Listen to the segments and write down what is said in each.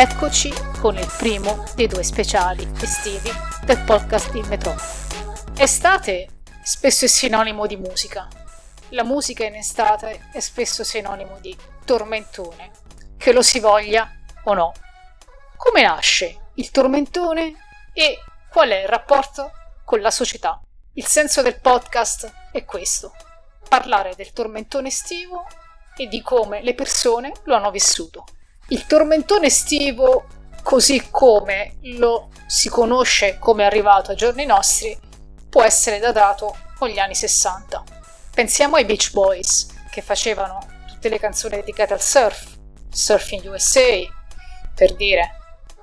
Eccoci con il primo dei due speciali estivi del podcast Il Metronomo. Estate spesso è sinonimo di musica. La musica in estate è spesso sinonimo di tormentone, che lo si voglia o no. Come nasce il tormentone e qual è il rapporto con la società? Il senso del podcast è questo: parlare del tormentone estivo e di come le persone lo hanno vissuto. Il tormentone estivo, così come lo si conosce come è arrivato ai giorni nostri, può essere datato con gli anni 60. Pensiamo ai Beach Boys, che facevano tutte le canzoni dedicate al surf, Surfing USA, per dire,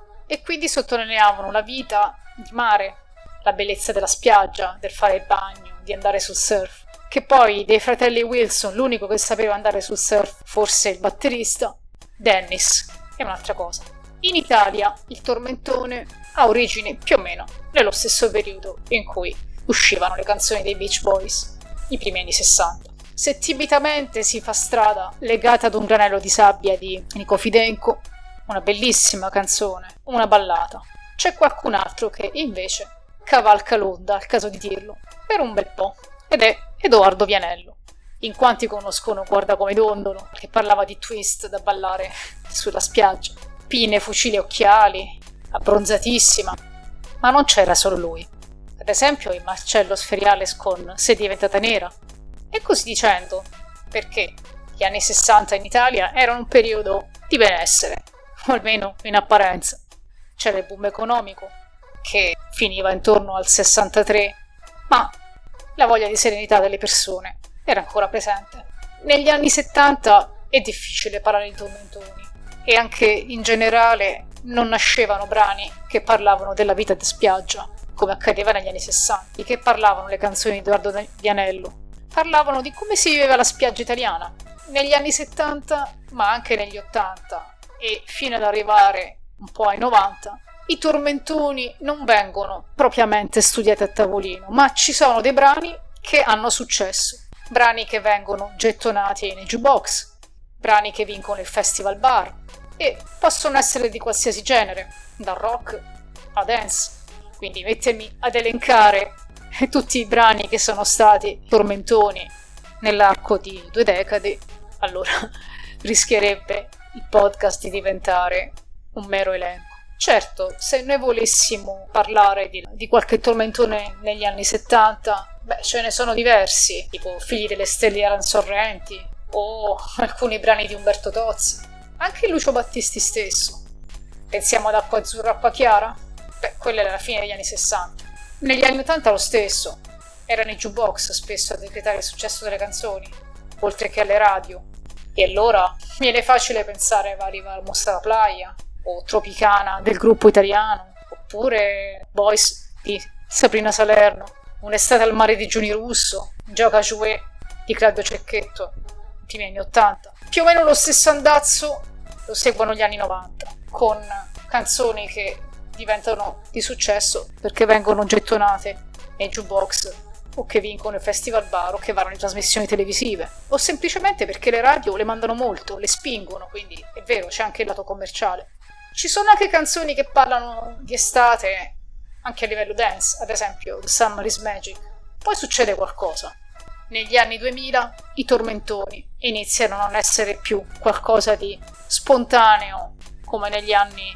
e quindi sottolineavano la vita di mare, la bellezza della spiaggia, del fare il bagno, di andare sul surf. Che poi dei fratelli Wilson l'unico che sapeva andare sul surf, forse il batterista, Dennis, è un'altra cosa. In Italia il tormentone ha origini più o meno nello stesso periodo in cui uscivano le canzoni dei Beach Boys, i primi anni 60. Se timidamente si fa strada legata ad un granello di sabbia di Nico Fidenco, una bellissima canzone, una ballata, c'è qualcun altro che invece cavalca l'onda, al caso di dirlo, per un bel po', ed è Edoardo Vianello. In quanti conoscono Guarda come dondolo, che parlava di twist da ballare sulla spiaggia, pinne, fucili e occhiali, abbronzatissima. Ma non c'era solo lui. Ad esempio il Marcello Sferiales con Sei diventata nera. E così dicendo, perché gli anni 60 in Italia erano un periodo di benessere, o almeno in apparenza. C'era il boom economico, che finiva intorno al 63, ma la voglia di serenità delle persone era ancora presente. Negli anni 70 è difficile parlare di tormentoni e anche in generale non nascevano brani che parlavano della vita di spiaggia, come accadeva negli anni 60. Di che parlavano le canzoni di Edoardo Vianello? Parlavano di come si viveva la spiaggia italiana negli anni 70, ma anche negli 80 e fino ad arrivare un po' ai 90. I tormentoni non vengono propriamente studiati a tavolino, ma ci sono dei brani che hanno successo, brani che vengono gettonati nei jukebox, brani che vincono il festival bar e possono essere di qualsiasi genere, dal rock a dance. Quindi mettermi ad elencare tutti i brani che sono stati tormentoni nell'arco di 2 decadi, allora rischierebbe il podcast di diventare un mero elenco. Certo, se noi volessimo parlare di qualche tormentone negli anni 70, ce ne sono diversi, tipo Figli delle stelle di Aran Sorrenti o alcuni brani di Umberto Tozzi, anche Lucio Battisti stesso. Pensiamo ad Acqua Azzurra, Acqua Chiara? Quella era la fine degli anni 60. Negli anni 80 lo stesso, erano i jukebox spesso a decretare il successo delle canzoni, oltre che alle radio. E allora viene facile pensare a vari Mostra la Playa, o Tropicana del gruppo italiano, oppure Boys di Sabrina Salerno, Un'estate al mare di Giuni Russo, Gioca Jouet di Claudio Cecchetto, ultimi anni 80. Più o meno lo stesso andazzo lo seguono gli anni 90, con canzoni che diventano di successo perché vengono gettonate nei jukebox o che vincono il festival bar o che vanno in trasmissioni televisive o semplicemente perché le radio le mandano molto, le spingono, quindi è vero, c'è anche il lato commerciale. Ci sono anche canzoni che parlano di estate anche a livello dance, ad esempio The Summer is Magic. Poi succede qualcosa. Negli anni 2000 i tormentoni iniziano a non essere più qualcosa di spontaneo come negli anni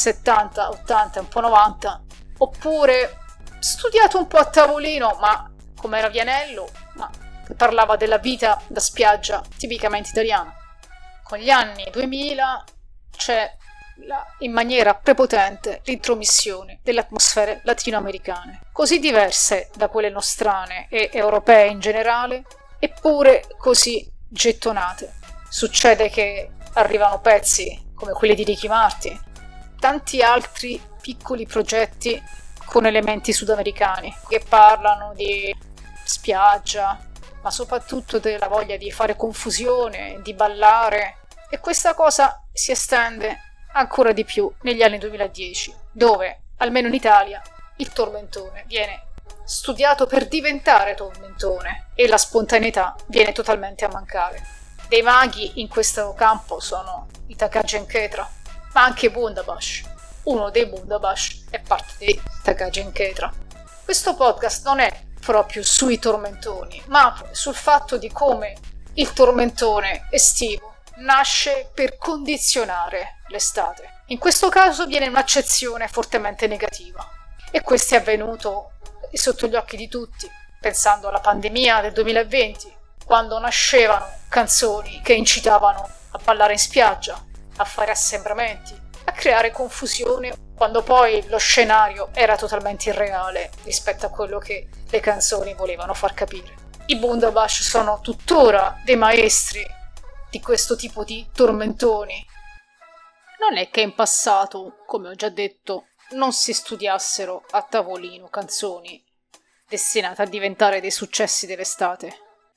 70, 80 e un po' 90, oppure studiato un po' a tavolino, ma come era Vianello, ma che parlava della vita da spiaggia tipicamente italiana. Con gli anni 2000 c'è in maniera prepotente l'intromissione delle atmosfere latinoamericane, così diverse da quelle nostrane e europee in generale, eppure così gettonate. Succede che arrivano pezzi come quelli di Ricky Martin, tanti altri piccoli progetti con elementi sudamericani che parlano di spiaggia, ma soprattutto della voglia di fare confusione, di ballare, e questa cosa si estende ancora di più negli anni 2010, dove, almeno in Italia, il tormentone viene studiato per diventare tormentone e la spontaneità viene totalmente a mancare. Dei maghi in questo campo sono i Takagi Enketra, ma anche Bundabash. Uno dei Bundabash è parte di Takagi Ketra. Questo podcast non è proprio sui tormentoni, ma sul fatto di come il tormentone estivo nasce per condizionare l'estate. In questo caso viene un'accezione fortemente negativa, e questo è avvenuto sotto gli occhi di tutti, pensando alla pandemia del 2020, quando nascevano canzoni che incitavano a ballare in spiaggia, a fare assembramenti, a creare confusione, quando poi lo scenario era totalmente irreale rispetto a quello che le canzoni volevano far capire. I Bundabash sono tuttora dei maestri di questo tipo di tormentoni. Non è che in passato, come ho già detto, non si studiassero a tavolino canzoni destinate a diventare dei successi dell'estate.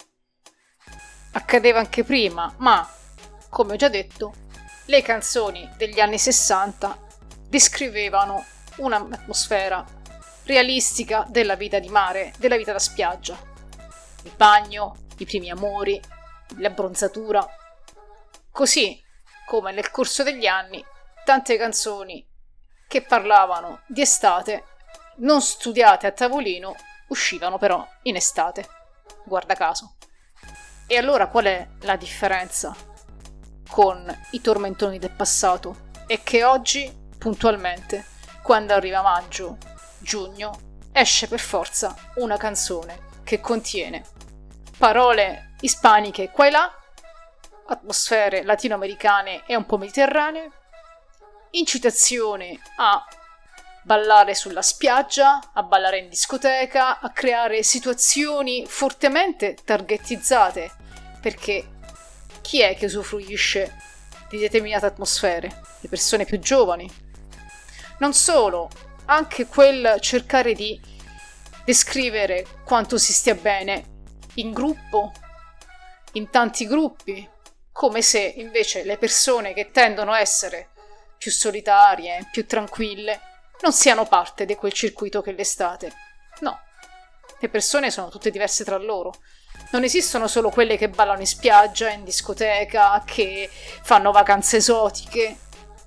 Accadeva anche prima, ma, come ho già detto, le canzoni degli anni 60 descrivevano un'atmosfera realistica della vita di mare, della vita da spiaggia. Il bagno, i primi amori, l'abbronzatura. Così come nel corso degli anni tante canzoni che parlavano di estate, non studiate a tavolino, uscivano però in estate, guarda caso. E allora qual è la differenza con i tormentoni del passato? È che oggi, puntualmente, quando arriva maggio, giugno, esce per forza una canzone che contiene parole ispaniche qua e là, atmosfere latinoamericane e un po' mediterranee, incitazione a ballare sulla spiaggia, a ballare in discoteca, a creare situazioni fortemente targetizzate, perché chi è che usufruisce di determinate atmosfere? Le persone più giovani. Non solo, anche quel cercare di descrivere quanto si stia bene in gruppo, in tanti gruppi, come se invece le persone che tendono a essere più solitarie, più tranquille, non siano parte di quel circuito che è l'estate. No, le persone sono tutte diverse tra loro. Non esistono solo quelle che ballano in spiaggia, in discoteca, che fanno vacanze esotiche,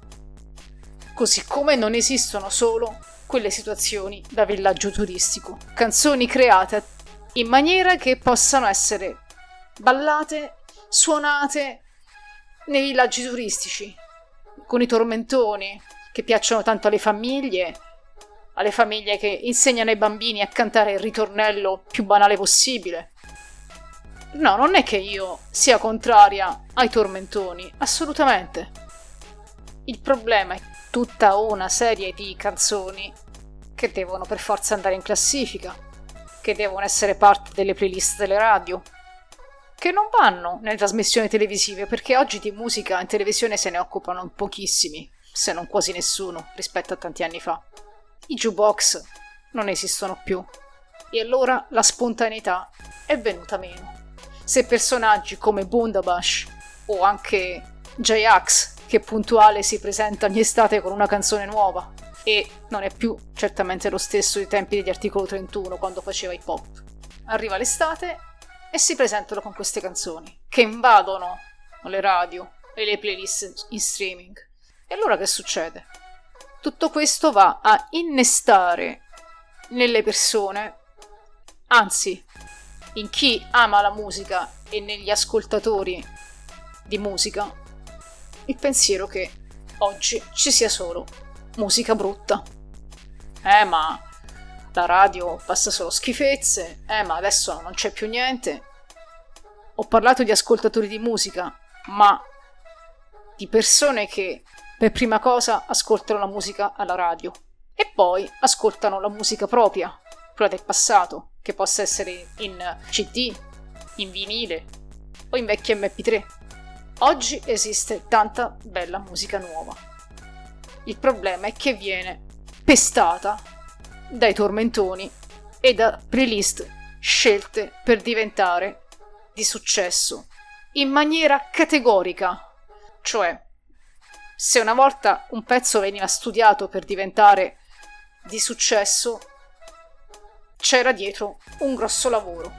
così come non esistono solo quelle situazioni da villaggio turistico. Canzoni create in maniera che possano essere ballate, suonate nei villaggi turistici, con i tormentoni che piacciono tanto alle famiglie che insegnano ai bambini a cantare il ritornello più banale possibile. No, non è che io sia contraria ai tormentoni, assolutamente. Il problema è tutta una serie di canzoni che devono per forza andare in classifica, che devono essere parte delle playlist delle radio, che non vanno nelle trasmissioni televisive, perché oggi di musica in televisione se ne occupano pochissimi, se non quasi nessuno, rispetto a tanti anni fa. I jukebox non esistono più, e allora la spontaneità è venuta meno. Se personaggi come Bundabash o anche J-Ax, che puntuale si presenta ogni estate con una canzone nuova, e non è più certamente lo stesso dei tempi degli Articolo 31 quando faceva hip hop. Arriva l'estate e si presentano con queste canzoni che invadono le radio e le playlist in streaming. E allora che succede? Tutto questo va a innestare nelle persone, anzi in chi ama la musica e negli ascoltatori di musica, il pensiero che oggi ci sia solo musica brutta. Ma la radio passa solo schifezze, ma adesso non c'è più niente. Ho parlato di ascoltatori di musica, ma di persone che per prima cosa ascoltano la musica alla radio e poi ascoltano la musica propria, quella del passato, che possa essere in CD, in vinile o in vecchi MP3. Oggi esiste tanta bella musica nuova. Il problema è che viene pestata dai tormentoni e da playlist scelte per diventare di successo in maniera categorica. Cioè, se una volta un pezzo veniva studiato per diventare di successo, c'era dietro un grosso lavoro.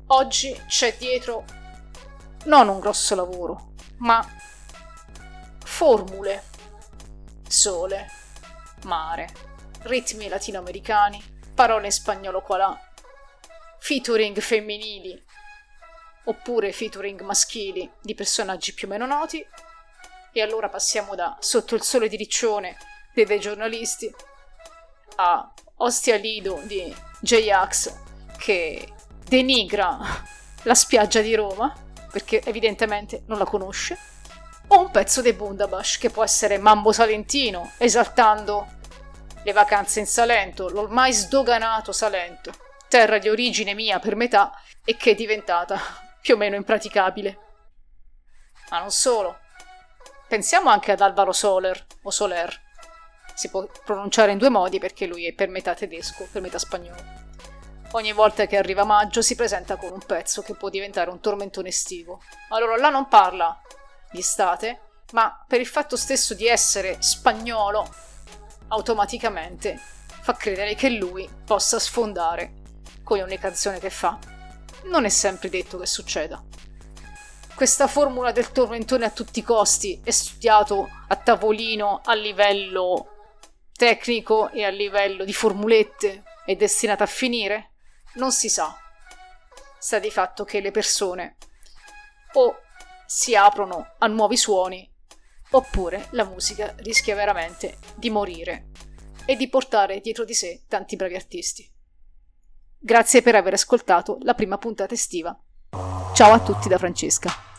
Oggi c'è dietro non un grosso lavoro, ma formule, sole, mare, ritmi latinoamericani, parole in spagnolo qua là, featuring femminili oppure featuring maschili di personaggi più o meno noti. E allora passiamo da Sotto il sole di Riccione dei giornalisti a Ostia Lido di J-Ax, che denigra la spiaggia di Roma perché evidentemente non la conosce, o un pezzo dei Bundabash che può essere Mambo Salentino, esaltando le vacanze in Salento, l'ormai sdoganato Salento, terra di origine mia per metà e che è diventata più o meno impraticabile. Ma non solo. Pensiamo anche ad Alvaro Soler, o Soler. Si può pronunciare in due modi perché lui è per metà tedesco, per metà spagnolo. Ogni volta che arriva maggio si presenta con un pezzo che può diventare un tormentone estivo. Allora là non parla di estate, ma per il fatto stesso di essere spagnolo, automaticamente fa credere che lui possa sfondare con ogni canzone che fa. Non è sempre detto che succeda. Questa formula del tormentone a tutti i costi è studiato a tavolino a livello tecnico e a livello di formulette? È destinata a finire? Non si sa. Sta di fatto che le persone o si aprono a nuovi suoni oppure la musica rischia veramente di morire e di portare dietro di sé tanti bravi artisti. Grazie per aver ascoltato la prima puntata estiva. Ciao a tutti da Francesca.